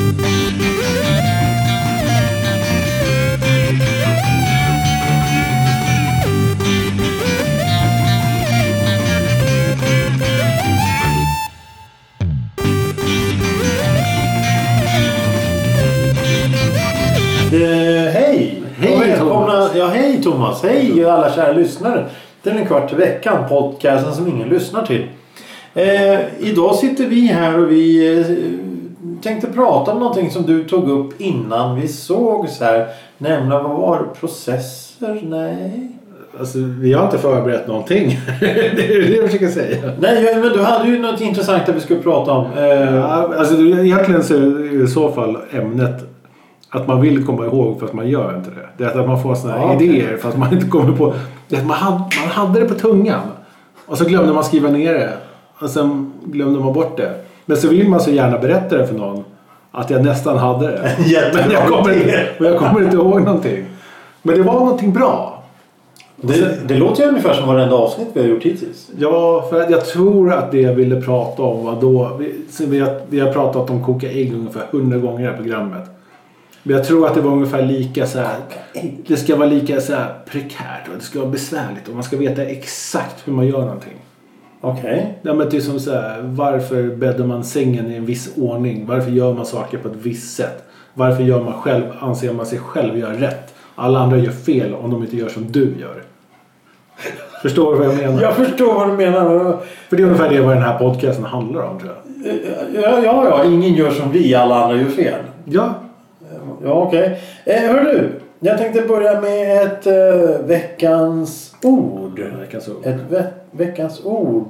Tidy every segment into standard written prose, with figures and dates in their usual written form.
Hej Thomas. Ja, hej Thomas. Hej alla kära lyssnare. Det är en kvart i veckan, podcasten som ingen lyssnar till. Idag sitter vi här och vi tänkte prata om någonting som du tog upp innan vi sågs här. Nämligen, vad var det? Processer? Nej. Alltså, vi har inte förberett någonting. Det är det jag försöker säga. Nej, men du hade ju något intressant att vi skulle prata om. Ja, alltså, egentligen så är det i så fall ämnet att man vill komma ihåg fast man gör inte det. Det är att man får såna här idéer fast man inte kommer på. Det är att man hade det på tungan. Och så glömde man skriva ner det. Och sen glömde man bort det. Men så vill man så gärna berätta det för någon. Att jag nästan hade det. Men jag kommer inte ihåg någonting. Men det var någonting bra. Det låter ju ungefär som varenda avsnitt vi har gjort hittills. Ja, för att jag tror att det jag ville prata om var då. Vi har pratat om koka ägg ungefär 100 gånger i det här programmet. Men jag tror att det var ungefär lika så här. Det ska vara lika så här prekärt och det ska vara besvärligt och man ska veta exakt hur man gör någonting. Okej. Ja, men det är som så här, varför bäddar man sängen i en viss ordning? Varför gör man saker på ett visst sätt? Varför gör man själv, anser man sig själv gör rätt? Alla andra gör fel om de inte gör som du gör. Förstår du vad jag menar? Jag förstår vad du menar. För det är ungefär det vad den här podcasten handlar om, tror jag. Ja. Ingen gör som vi, alla andra gör fel. Ja. Ja, okej. Hör du, jag tänkte börja med ett veckans ord. Veckans ord.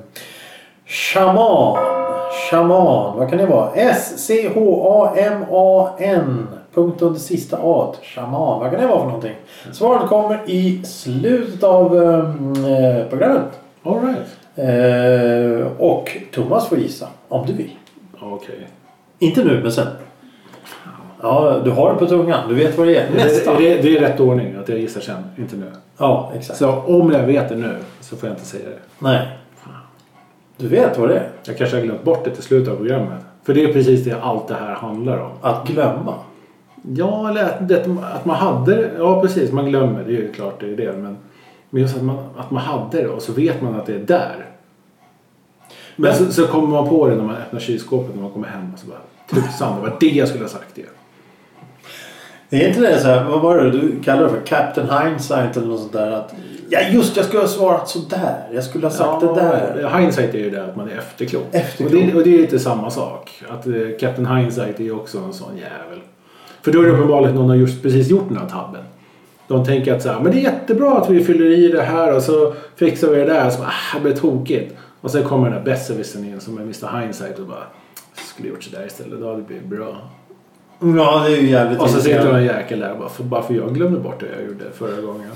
Shaman. Vad kan det vara? S-C-H-A-M-A-N. Punkt under sista A. Shaman. Vad kan det vara för någonting? Svaret kommer i slutet av programmet. All right. Och Thomas får gissa om du vill. Okej. Inte nu, men sen. Ja, du har det på tungan. Du vet vad det är. Nästan. Det är rätt ordning att jag gissar sen, inte nu. Ja, exakt. Så om jag vet det nu så får jag inte säga det. Nej. Du vet vad det är. Jag kanske har glömt bort det till slutet av programmet. För det är precis det allt det här handlar om. Att glömma. Ja, eller att man hade det. Ja, precis. Man glömmer. Det är ju klart det är det. Men just att man hade det och så vet man att det är där. Men så kommer man på det när man öppnar kylskåpet när man kommer hem och så bara tusan, det var det jag skulle ha sagt det. Det är inte det så här, vad var det du kallar det för? Captain Hindsight eller något sånt där att ja just, jag skulle ha svarat så där. Jag skulle ha sagt det där. Hindsight är ju det att man är efterklok. Och det är inte samma sak. Att Captain Hindsight är ju också en sån jävel. För då är det uppenbarligen någon har precis gjort den här tabben. De tänker att så här, men det är jättebra att vi fyller i det här och så fixar vi det där. Så det blir tokigt. Och sen kommer den där besserwissern in som är Mr. Hindsight och bara skulle gjort så där istället. Då hade det blivit bra. Ja, det är ju jävligt. Och så sitter en jäkel där bara för jag glömde bort det jag gjorde förra gången.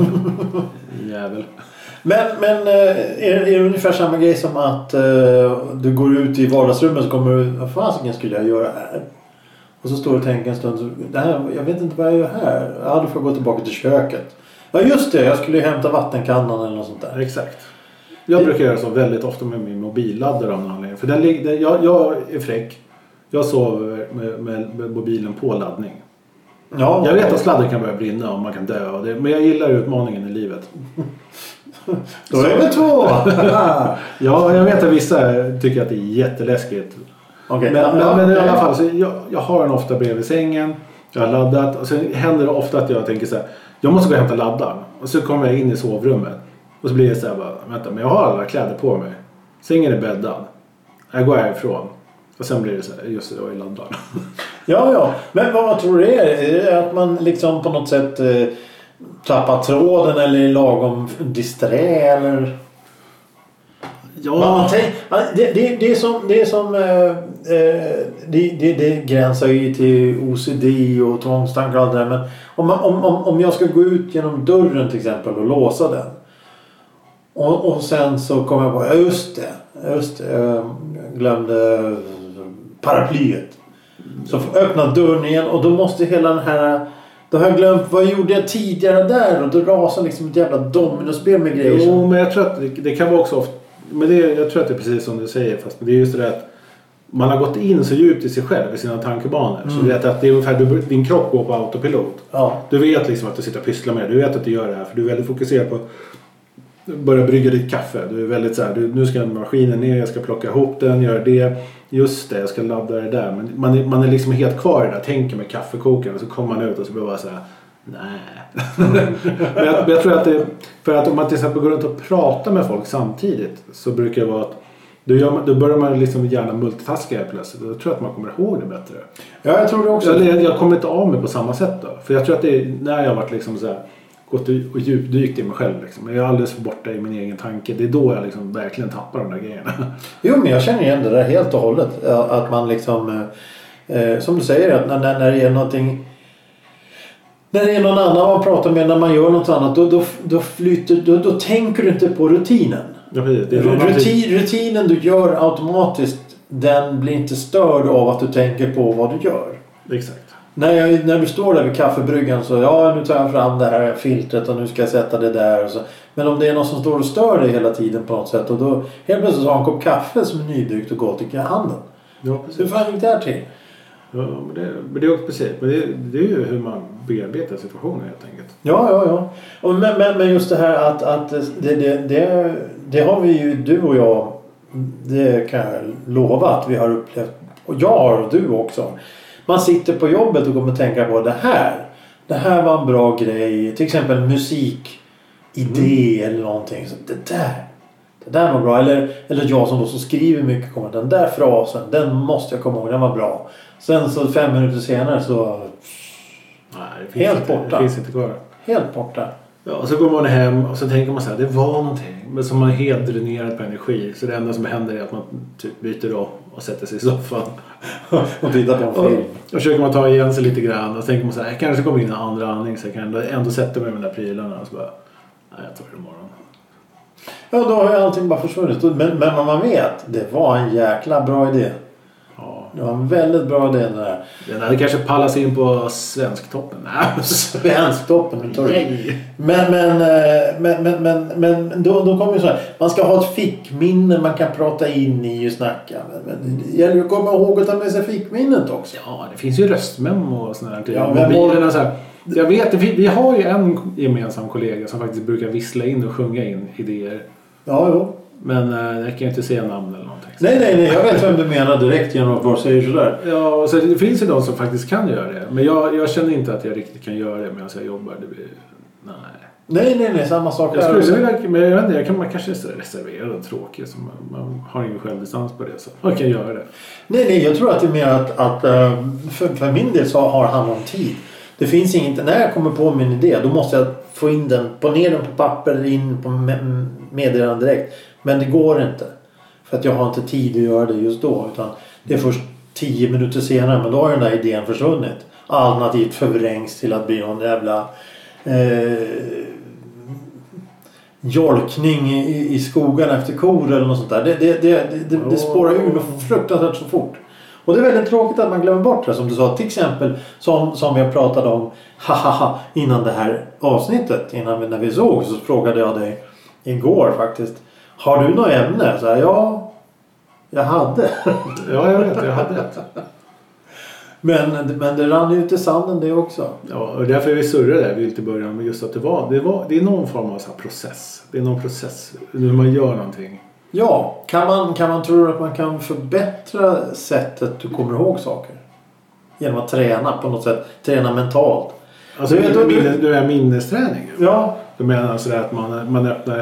Jävel. Men är det ungefär samma grej som att du går ut i vardagsrummet så kommer du, vad fan skulle jag göra här? Och så står du och tänker en stund så, det här, jag vet inte vad jag gör här. Ja, då får jag gå tillbaka till köket. Ja just det, jag skulle ju hämta vattenkannan eller något sånt där. Exakt. Jag brukar göra så väldigt ofta med min mobilladdare av någon anledning. För jag är fräck. Jag sover med mobilen på laddning. Ja, jag vet att sladden kan börja brinna och man kan dö av det. Men jag gillar utmaningen i livet. Då är det 2! Ja, jag vet att vissa tycker att det är jätteläskigt. Okay. Men i alla fall, så jag har den ofta bredvid sängen. Jag har laddat. Och sen händer det ofta att jag tänker så här, jag måste gå och hämta laddaren. Och så kommer jag in i sovrummet. Och så blir det så här bara, vänta, men jag har alla kläder på mig. Sängen är bäddad. Jag går härifrån. Och sen blir det så här, just det, jag är laddaren. Ja. Men vad tror du det är? Är det att man liksom på något sätt tappar tråden eller lagom disträ eller? Ja. Det gränsar ju till OCD och tvångstankar och allt det där. Men om jag ska gå ut genom dörren till exempel och låsa den. Och sen så kommer jag på, just det. Jag glömde paraplyet. Så öppna dörren igen och då måste hela den här... Då har jag glömt, vad gjorde jag tidigare där? Och då rasar liksom ett jävla dominospel med grejer. Jo, men jag tror att det kan vara också ofta... Men jag tror att det är precis som du säger. Fast det är just det att man har gått in så djupt i sig själv i sina tankebanor. Så du vet att det är ungefär, din kropp går på autopilot. Ja. Du vet liksom att du sitter och pysslar med det. Du vet att du gör det här för du är väldigt fokuserad på börja brygga ditt kaffe. Du är väldigt så här, nu ska maskinen ner, jag ska plocka ihop den, göra det. Just det, jag ska ladda det där. Men man är liksom helt kvar i det där, tänker med kaffekokaren. Och så kommer man ut och så blir man så här, nej. men jag tror att det, för att om man till exempel går runt och pratar med folk samtidigt så brukar det vara att då börjar man liksom gärna multitaska här plötsligt. Då tror jag att man kommer ihåg det bättre. Ja, jag tror det också. Jag kommer inte av mig på samma sätt då. För jag tror att det är när jag har varit liksom så här, gått och djupdykt i mig själv. Liksom. Jag är alldeles för borta i min egen tanke. Det är då jag liksom verkligen tappar de där grejerna. Jo, men jag känner igen det där helt och hållet. Att man liksom, som du säger, att när det är någonting... När det är någon annan man pratar med, när man gör något annat, då tänker du inte på rutinen. Ja, precis. Rutinen du gör automatiskt, den blir inte störd av att du tänker på vad du gör. Exakt. När du står där vid kaffebryggan så nu tar jag fram det här filtret och nu ska jag sätta det där. Och så. Men om det är någon som står och stör dig hela tiden på något sätt och då helt plötsligt har en kopp kaffe som är nybryggt och gått i handen. Ja, precis. Hur fan gick det här till? Ja, men det är också precis. Men det är ju hur man bearbetar situationen helt enkelt. Ja. Men just det här att det har vi ju, du och jag, det kan jag lova att vi har upplevt. Och jag har och du också. Man sitter på jobbet och kommer tänka på det här var en bra grej. Till exempel musikidé eller någonting. Så det där var bra. Eller jag som då så skriver mycket kommer. Den där frasen, den måste jag komma ihåg. Den var bra. Sen så 5 minuter senare så... Nej, helt borta. Det finns inte kvar. Helt borta. Ja, och så går man hem och så tänker man så här, det var någonting. Men som man är helt dränerad på energi. Så det enda som händer är att man typ byter då och sätter sig i soffan. och tittar på en film. Och försöker man ta igen sig lite grann. Och så tänker man så här, jag kanske kommer in en andra andning. Så jag kan ändå sätta mig med de där prylarna. Och så bara, nej jag tar det imorgon. Ja, då har ju allting bara försvunnit. Men man vet, det var en jäkla bra idé. Ja. Det var en väldigt bra idé det där. Den hade kanske pallat in på Svensktoppen. Nej, Svensktoppen. Men då kommer ju så här. Man ska ha ett fickminne man kan prata in i och snacka. Men det gäller ju att komma ihåg att ta med sig fickminnet också. Ja, det finns ju röstmemo och sådana här. Ja, mobilerna så här. Jag vet, vi har ju en gemensam kollega som faktiskt brukar vissla in och sjunga in idéer. Ja, jo. Men jag kan ju inte säga namn eller någonting. Nej, jag vet vem du menar direkt genom att bara säga sådär. Ja, och så det finns ju de som faktiskt kan göra det. Men jag känner inte att jag riktigt kan göra det medan jag jobbar. Det blir... Nej, samma sak. Jag skulle vilja, men jag vet inte, man kanske är så reserverad och tråkig. Så man har ingen självdistans på det. Så man kan göra det. Nej, jag tror att det är mer att för min del så har det handlat om tid. Det finns inget, när jag kommer på min idé då måste jag få in den, på ner den på papper eller in på meddelanden direkt. Men det går inte. För att jag har inte tid att göra det just då. Utan det är först 10 minuter senare. Men då har den där idén försvunnit. Alternativt förvrängs till att bli någon jävla jolkning i skogen efter kor eller något sånt där. Det spårar ur fruktansvärt så fort. Och det är väldigt tråkigt att man glömmer bort det som du sa. Till exempel som jag pratade om innan det här avsnittet. När vi såg så frågade jag dig igår faktiskt. Har du något ämne? Så här, ja, jag hade. Ja, jag vet. Jag hade ett. Men det rann ut i sanden det också. Ja, och därför vi surrade där lite i början. Men just att det är någon form av så här process. Det är någon process när man gör någonting. Ja, kan man tro att man kan förbättra sättet du kommer ihåg saker? Genom att träna på något sätt. Träna mentalt. Alltså du är minnesträning. Ja. Du menar alltså att man öppnar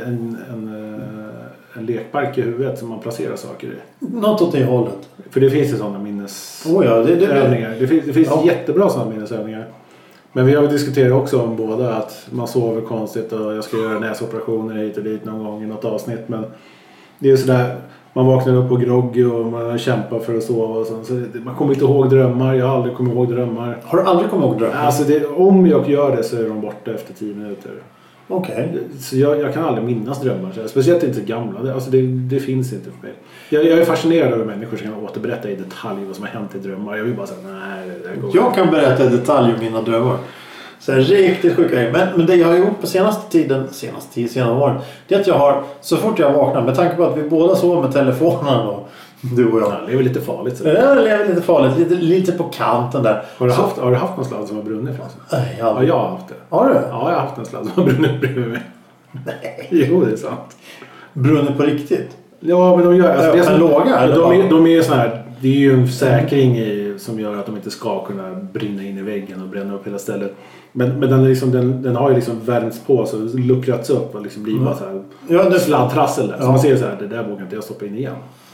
en lekpark i huvudet som man placerar saker i. Något åt det hållet. För det finns ju sådana minnesövningar. Det finns jättebra sådana minnesövningar. Men vi har diskuterat också om båda att man sover konstigt och jag ska göra näsoperationer hit och dit någon gång i något avsnitt. Men det är ju sådär, man vaknar upp och groggy och man kämpar för att sova och sånt. Så man kommer inte ihåg drömmar. Jag har aldrig kommit ihåg drömmar. Har du aldrig kommit ihåg drömmar? Alltså om jag gör det så är de borta efter 10 minuter. Okej. Så jag kan aldrig minnas drömmar. Speciellt inte gamla. Alltså det finns inte för mig. Jag är fascinerad över människor som kan återberätta i detalj vad som har hänt i drömmar. Jag vill bara säga nej. Jag kan berätta i detalj om mina drömmar. Så riktigt sjuka. Men det jag har gjort på senaste åren. Det är att jag har, så fort jag vaknar, med tanke på att vi båda sover med telefonen och Du och jag. Ja, det är väl lite farligt. Så. Ja, det är lite farligt. Lite på kanten där. Har du haft någon sladd som har brunnit förresten? Nej, Ja, jag har haft det. Har du? Ja, jag har haft en sladd som har brunnit bredvid mig. Nej. Jo, det är sant. Brunnit på riktigt? Ja, men de gör... Alltså, det är som, låga? De är ju sån här... Det är ju en säkring som gör att de inte ska kunna brinna in i väggen och bränna upp hela stället. Men den, är liksom, den har ju liksom värmts på så luckrats upp och liksom blir bara så här sladdtrassel där. Så man ser så här, det där vågar inte jag stoppa in igen.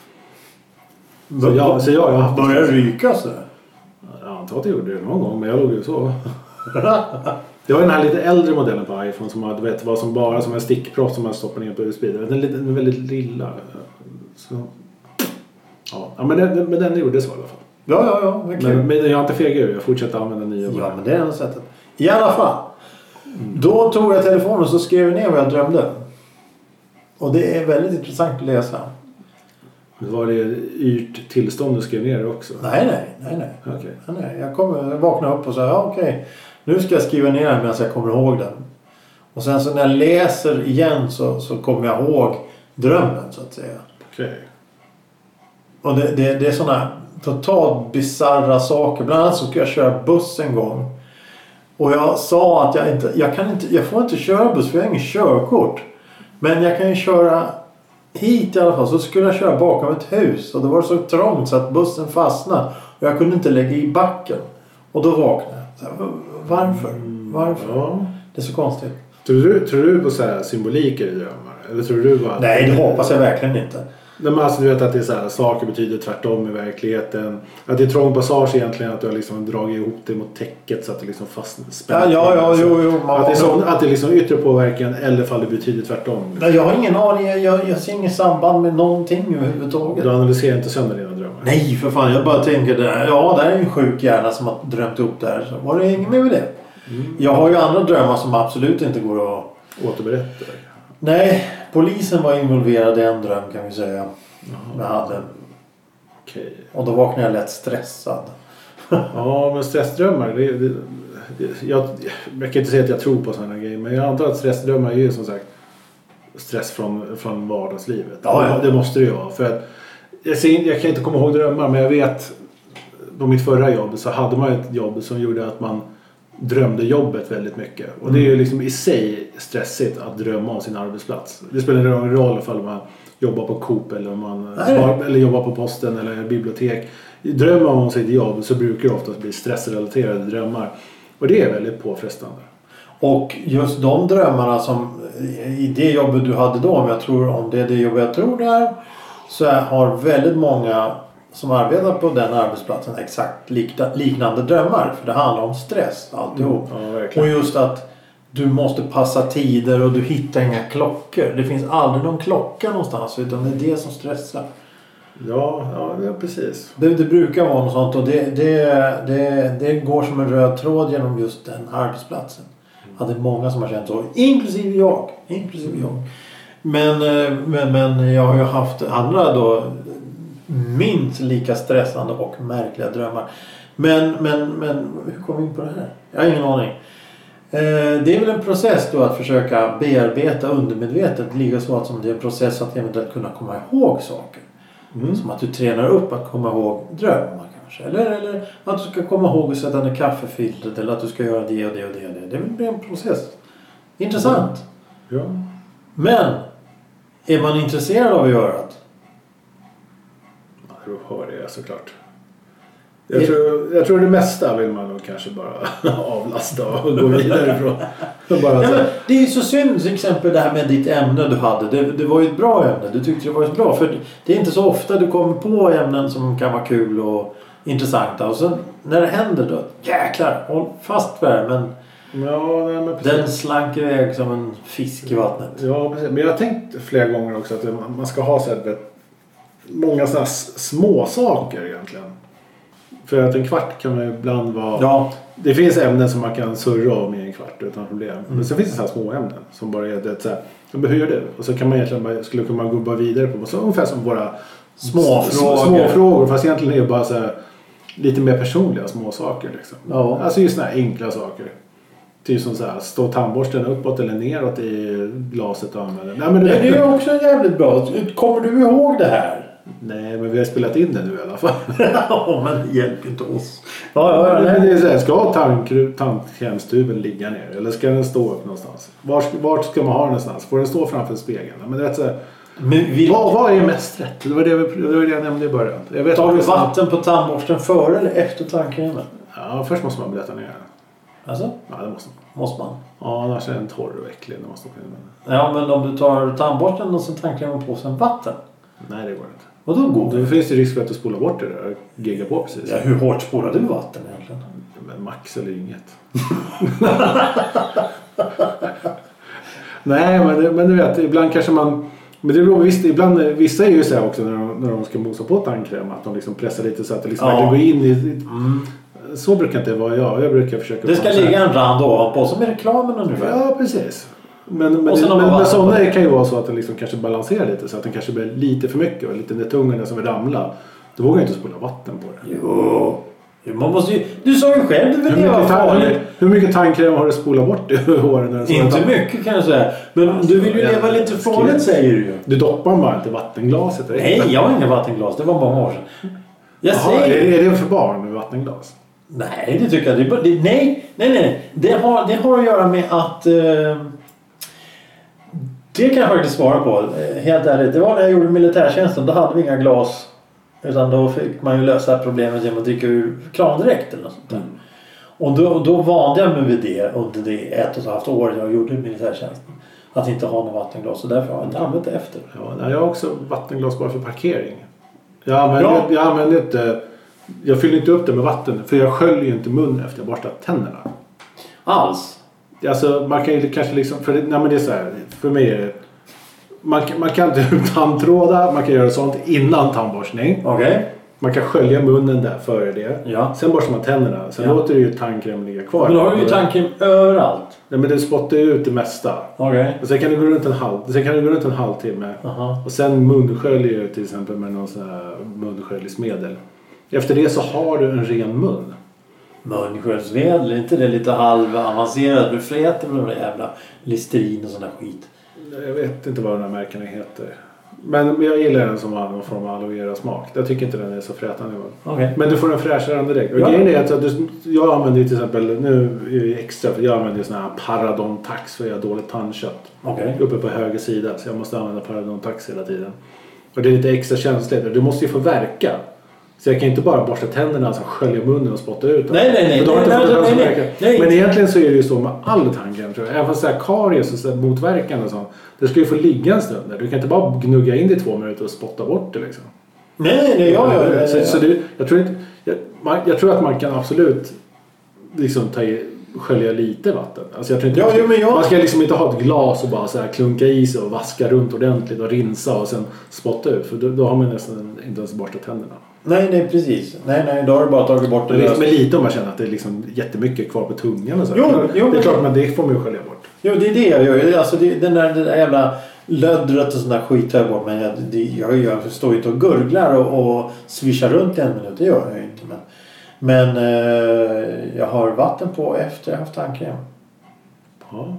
Så jag har haft... Börjar det ryka så? Jag antar att jag gjorde det någon gång, men jag låg ju så. Det var den här lite äldre modellen på iPhone som hade, vet, var som bara som en stickpropp som man stoppar ner på USB. Den väldigt lilla. Så. Ja, men den gjorde så i alla fall. Ja. Men jag har inte fegat ur. Jag fortsätter använda nya. Ja, men det är det sättet. I alla fall. Då tog jag telefonen och så skrev jag ner vad jag drömde. Och det är väldigt intressant att läsa. Var det yrt tillstånd du skrev ner också? Nej. Okay. Nej. Jag vaknade upp och sa okej. Nu ska jag skriva ner den medan jag kommer ihåg den. Och sen så när jag läser igen så kommer jag ihåg drömmen så att säga. Okej. Och det är sådana totalt bizarra saker. Bland annat så ska jag köra buss en gång. Och jag sa att jag får inte köra buss för jag har ingen körkort. Men jag kan ju köra hit i alla fall. Så skulle jag köra bakom ett hus. Och det var så trångt så att bussen fastnade. Och jag kunde inte lägga i backen. Och då vaknade jag. Varför? Ja. Det är så konstigt. Tror du på så här symboliker i drömmar? Eller tror du bara... Nej, det hoppas jag verkligen inte. Men alltså du vet att det är så här, saker betyder tvärtom i verkligheten. Att det är trång passage egentligen, att du har liksom dragit ihop det mot täcket så att det liksom fastspänner. Ja, jo. Att det är liksom yttre påverkan eller fall det betyder tvärtom. Nej, jag har ingen aning. Jag ser ingen samband med någonting överhuvudtaget. Du analyserar inte sönder dina drömmar? Nej, för fan. Jag bara tänker där. Ja, det är en sjuk hjärna som har drömt upp där. Så var det inget med det. Jag har ju andra drömmar som absolut inte går att återberätta. Nej, polisen var involverad i en dröm kan vi säga. Jag hade. Okej. Och då vaknade jag lätt stressad. Ja, men stressdrömmar jag kan inte säga att jag tror på sådana grejer, men jag antar att stressdrömmar är ju som sagt stress från vardagslivet. Ja. Det måste det ju vara. För att jag kan inte komma ihåg drömmar, men jag vet på mitt förra jobb så hade man ett jobb som gjorde att man drömde jobbet väldigt mycket. Och det är ju liksom i sig stressigt att drömma om sin arbetsplats. Det spelar ingen roll om man jobbar på Coop eller om man eller jobbar på posten eller bibliotek. Drömmer man om sitt jobb så brukar det oftast bli stressrelaterade drömmar. Och det är väldigt påfrestande. Och just de drömmarna som i det jobbet du hade då, om det är det jobbet jag tror det är, så har väldigt många som arbetar på den arbetsplatsen exakt liknande drömmar. För det handlar om stress alltihop. Och just att du måste passa tider och du hittar inga klockor. Det finns aldrig någon klocka någonstans utan det är det som stressar. Ja precis. Det brukar vara något sånt och det går som en röd tråd genom just den arbetsplatsen. Att det är många som har känt så, inklusive jag. Men jag har ju haft andra då minst lika stressande och märkliga drömmar. Men hur kom vi in på det här? Jag har ingen aning. Det är väl en process då att försöka bearbeta undermedvetet. Lika så att som det är en process att eventuellt kunna komma ihåg saker. Som att du tränar upp att komma ihåg drömmar kanske. Eller att du ska komma ihåg att sätta ner kaffefiltret. Eller att du ska göra det och det och det och det. Det är väl en process. Intressant. Ja. Men är man intresserad av att göra det? Då hör det såklart. Jag tror det mesta vill man nog kanske bara avlasta och gå vidare ifrån. Det är ju så synd till exempel det här med ditt ämne du hade. Det var ju ett bra ämne. Du tyckte det var ett bra. För det är inte så ofta du kommer på ämnen som kan vara kul och intressanta. Och sen när det händer då, jäklar, håll fast för det. Men den slank iväg som en fisk i vattnet. Ja, precis. Men jag har tänkt flera gånger också att man ska ha så här många sådana små saker egentligen. För att en kvart kan man ibland vara... Ja. Det finns ämnen som man kan surra om i en kvart utan problem. Men så finns det så här små ämnen som bara är det så här. Hur gör det? Och så kan man egentligen skulle kunna gå bara vidare på. Så ungefär som våra småfrågor. Fast egentligen är det bara så här, lite mer personliga små saker liksom. Ja. Alltså just sådana här enkla saker. Typ som så här, stå tandborsten uppåt eller neråt i glaset och använda. Nej, men det är också jävligt bra. Kommer du ihåg det här? Nej, men vi har spelat in det nu i alla fall. Ja, men det hjälper inte oss. Men det är så här, ska tandkrämstuben ligga ner? Eller ska den stå upp någonstans? Vart ska man ha den någonstans? Får den stå framför spegeln? Men det är så här, vad är mest rätt? Det var det jag nämnde i början. Tar du vatten på tandborsten före eller efter tandkrämen? Ja, först måste man blöta ner den. Alltså? Ja, det måste man. Ja, annars är den torr och äcklig. Ja, men om du tar tandborsten och sen tandkrämen på sen vatten? Nej, det går inte. Och då går det? Då finns det risk för att du spolar bort det där och geggar på precis. Ja, hur hårt spolar du vatten egentligen? Men max eller inget. Nej, men du vet, ibland kanske man... Men det beror visst, ibland, vissa är ju så här också när de ska mosa på tandkräm att de liksom pressar lite så att det liksom verkligen går in i... Så brukar inte vara jag brukar försöka... Det ska ligga en rand ovanpå som i reklamen ungefär. Ja, precis. Men sådana kan ju vara så att den liksom kanske balanserar lite så att den kanske blir lite för mycket och lite när tungan som vill ramla. Då vågar jag inte spola vatten på det. Jo. Man måste ju, du sa ju själv du vill leva farligt. Hur mycket tandkräm har du spolat bort i håren? Inte mycket kan jag säga. Men du vill ju leva lite farligt säger du ju. Du doppar bara inte vattenglaset. Nej, jag har inga vattenglas. Det var många år sedan. Är det för barn med vattenglas? Nej, det tycker jag. Nej. Det har att göra med att... det kan jag faktiskt svara på. Helt ärligt. Det var när jag gjorde militärtjänsten. Då hade vi inga glas. Utan då fick man ju lösa problemet genom att dricka ur kran direkt eller något sånt där. Och då vande jag mig vid det under det 1,5 år jag gjorde militärtjänsten. Att inte ha någon vattenglas. Och därför har jag inte använt det efter. Ja, jag har också vattenglas bara för parkering. Jag använder inte... Jag fyller inte upp det med vatten. För jag sköljer ju inte mun efter jag borstat tänderna. Alls? Alltså man kan ju kanske liksom... men det är så här. För mig är det... Man kan inte tandtråda. Man kan göra sånt innan tandborstning. Okej. Man kan skölja munnen där före det. Ja. Sen borstar man tänderna. Sen låter det ju tandkräm ligga kvar. Men då har du ju tandkräm överallt. Nej, men det spottar ju ut det mesta. Okej. Och sen kan du gå runt en halvtimme. Och sen munsköljer till exempel med någon sån här munsköljningsmedel. Efter det så har du en ren mun. Munsköljningsmedel, är inte det lite halvavancerat? Du fräter med de jävla Listerin och sån där skit. Jag vet inte vad de här märkena heter. Men jag gillar den som har någon form av aloe vera smak. Jag tycker inte den är så frätande. Okay. Men du får en fräschare andedräkt. Och grejen är att jag använder ju till exempel, nu är det extra, för jag använder ju sån här Paradontax för jag har dåligt tandkött. Okay. Uppe på höger sida, så jag måste använda Paradontax hela tiden. Och det är lite extra känsligt. Du måste ju få verka. Så jag kan inte bara borsta tänderna och skölja munnen och spotta ut. Nej. Men egentligen så är det ju så med all tandkräm tror jag. Även så här karies och så här motverkande och sånt. Det ska ju få ligga en stund där. Du kan inte bara gnugga in det i 2 minuter och spotta bort det liksom. Nej, jag tror att man kan absolut liksom skölja lite vatten. Alltså jag tror inte man ska liksom inte ha ett glas och bara så här klunka i sig och vaska runt ordentligt och rinsa och sen spotta ut. För då har man nästan inte ens borstat tänderna. Nej, precis. Nej, då har du bara tagit bort det. Men lite om man känner att det är liksom jättemycket kvar på tungan och så. Det är klart, men det får man ju skölja bort. Jo, det är det jag gör. Alltså det där jävla löddret och sån där skit tar jag bort. Men jag står ju inte och gurglar och swishar runt i 1 minut. Det gör jag ju inte. Men jag har vatten på efter jag haft tandkräm. Ja.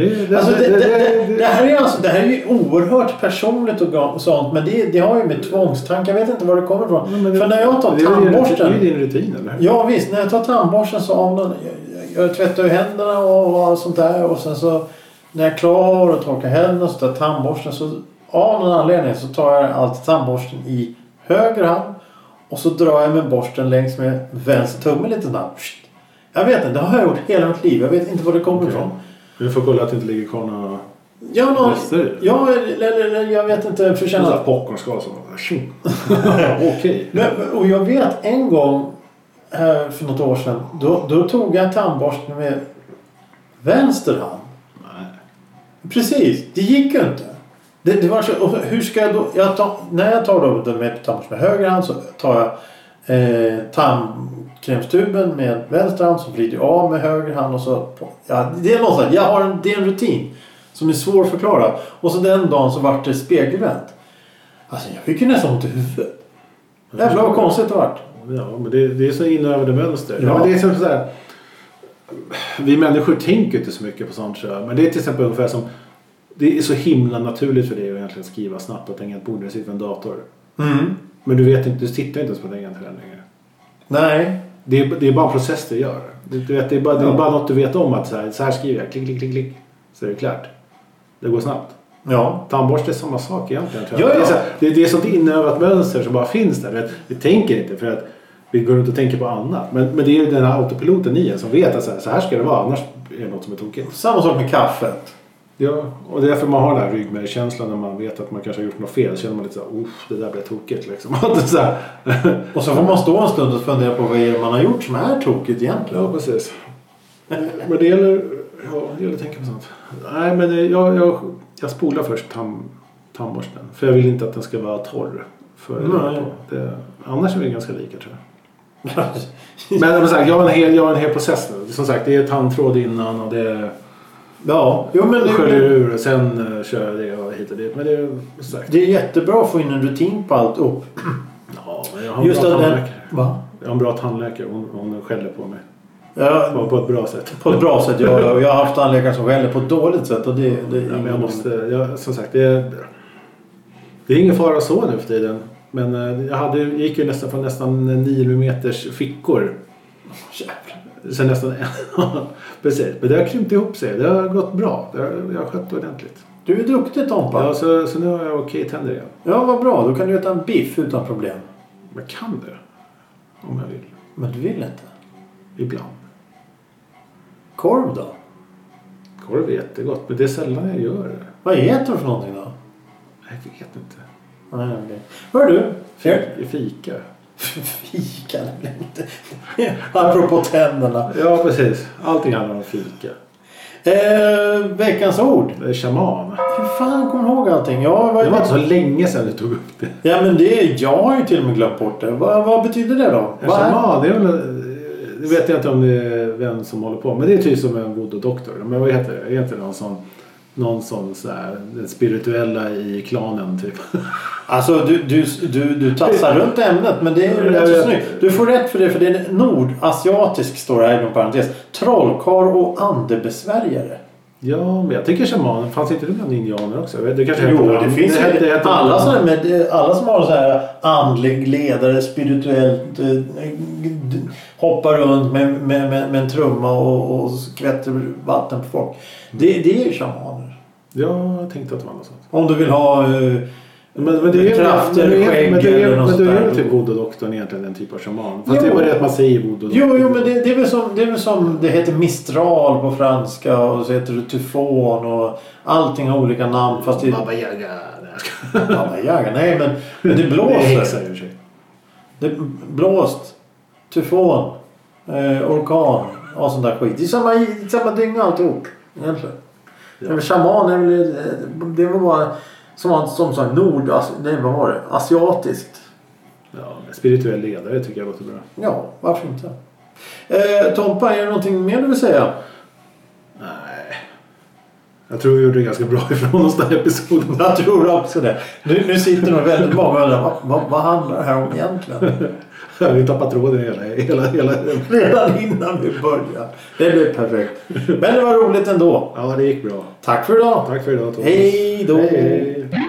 Det här är ju oerhört personligt och sånt, men det har ju med tvångstank. Jag vet inte var det kommer ifrån. För när jag tar tandborsten... Det är din rutin, eller? Ja visst, när jag tar tandborsten så jag tvättar ju händerna och sånt där. Och sen så när jag är klar och torkar händerna så tar tandborsten, så av någon anledning så tar jag alltid tandborsten i höger hand. Och så drar jag med borsten längs med vänster tumme lite snabbt. Jag vet inte, det har jag gjort hela mitt liv. Jag vet inte var det kommer ifrån. Du får kolla att det inte ligger kvar några rester. Ja, eller jag vet inte. Det är popcornskal som okej. Och jag vet en gång för något år sedan. Då tog jag tandborsten med vänster hand. Nej. Precis, det gick ju inte. Det var så, och hur ska jag då... när jag tar då med tandborsten med höger hand så tar jag tandkrämstuben med vänster hand som vrider av med höger hand och så... det är något sånt. Det är en rutin som är svår att förklara. Och så den dagen så vart det spegelvänt. Alltså jag fick ju nästan ont i huvudet. Jävlar vad konstigt det vart. Ja, men det är så inövade mönster. Ja. Men det är så här, vi människor tänker inte så mycket på sånt. Men det är till exempel ungefär som... Det är så himla naturligt för dig att egentligen skriva snabbt och tänka ett bord när du sitter vid en dator. Men du vet inte, du tittar inte ens på den förändringen. Nej. Det är bara en process du gör. Du vet, det är bara något du vet om att så här skriver jag. Klick, klick, klick, klick. Så är det klart. Det går snabbt. Ja. Tandborste är samma sak egentligen. Tror jag. Ja. Det är sånt inövat mönster som bara finns där. Vi tänker inte för att vi går runt och tänker på annat. Men det är ju den här autopiloten i en som vet att så här ska det vara. Annars är det något som är tokigt. Samma sak med kaffet. Ja, och det är därför man har den här ryggmärgskänslan när man vet att man kanske har gjort något fel. Så känner man lite så här, det där blir tokigt liksom. så här. Och så får man stå en stund och fundera på vad man har gjort som är tokigt egentligen. Ja, precis. Men det gäller att tänka på sånt. Nej, men jag spolar först tandborsten. För jag vill inte att den ska vara torr. Annars är vi ganska lika, tror jag. Men som sagt, jag har en hel process nu. Som sagt, det är tandtråd innan och det är... Ja, jo, men sköljer ur och sen kör jag det och hit och dit. Men det är sagt. Det är jättebra att få in en rutin på allt. Och ja, jag har en bra tandläkare. Va? Jag har en bra tandläkare. Hon skäller på mig. Ja, på ett bra sätt. På ett bra sätt, ja. Jag har haft tandläkare som skäller på ett dåligt sätt. Och det men jag måste... som sagt, det är ingen fara så nu för tiden. Men gick ju nästan från nästan 9 mm fickor. Sen nästan precis. Men det har krympt ihop sig. Det har gått bra. Jag har skött ordentligt. Du är duktig, Tompa. Ja, så nu har jag okej tänder igen. Ja, vad bra. Då kan du äta en biff utan problem. Men kan det? Om jag vill. Men du vill inte? Ibland. Korv då? Korv är jättegott. Men det är sällan jag gör det. Vad äter du för någonting då? Jag vet inte. Nej, okej. Hör du? Fika. Fika? Apropå tänderna. Ja, precis. Allting handlar om fika. Veckans ord. Det är shaman. Hur fan kommer ihåg allting? Det var inte så länge sedan du tog upp det. Ja, men jag har ju till och med glömt bort det. Vad betyder det då? Shaman, det är väl... Det vet jag inte om det är vem som håller på. Men det är typ som en voodoo-doktor. Men vad heter det? Är inte någon sån så här, den spirituella i klanen typ. Alltså du tassar runt ämnet, men det är rätt så snyggt. Du får rätt för det, för det är nordasiatisk, står det här inom parentes. Trollkarl och andebesvärjare. Ja, men jag tycker shaman, fanns inte det bland indianer också? Det kanske det finns ju alla som har så här andlig ledare, spirituellt hoppar runt med en trumma och skvätter vatten på folk. Det är ju shamaner. Ja, jag tänkte att det var något sånt. Om du vill ha men det är krafter, skägg eller något sånt där. Men det är ju typ voodoo-doktorn egentligen en typ av shaman. Fast det var det att man säger voodoo-doktorn. Jo, men det är väl som det heter mistral på franska och så heter det tyfon och allting har olika namn. Fast det... Baba Yaga. Baba Yaga, nej men det blåser. Det är blåst, tyfon, orkan och sånt där skit. Det är samma dygn alltihop egentligen. Ja. Shaman det var bara som nord, vad var det? Asiatiskt. Ja, spirituell ledare tycker jag låter bra. Ja, varför inte? Tompa, är det någonting mer du vill säga? Nej. Jag tror vi gjorde det ganska bra ifrån oss den här episoden. Jag tror också det. Nu sitter nog väldigt många och undrar, vad handlar det här om egentligen? Vi tappade tråden hela. Redan innan vi började. Det blev perfekt. Men det var roligt ändå. Ja, det gick bra. Tack för idag. Tack för idag, Thomas. Hej då. Hej.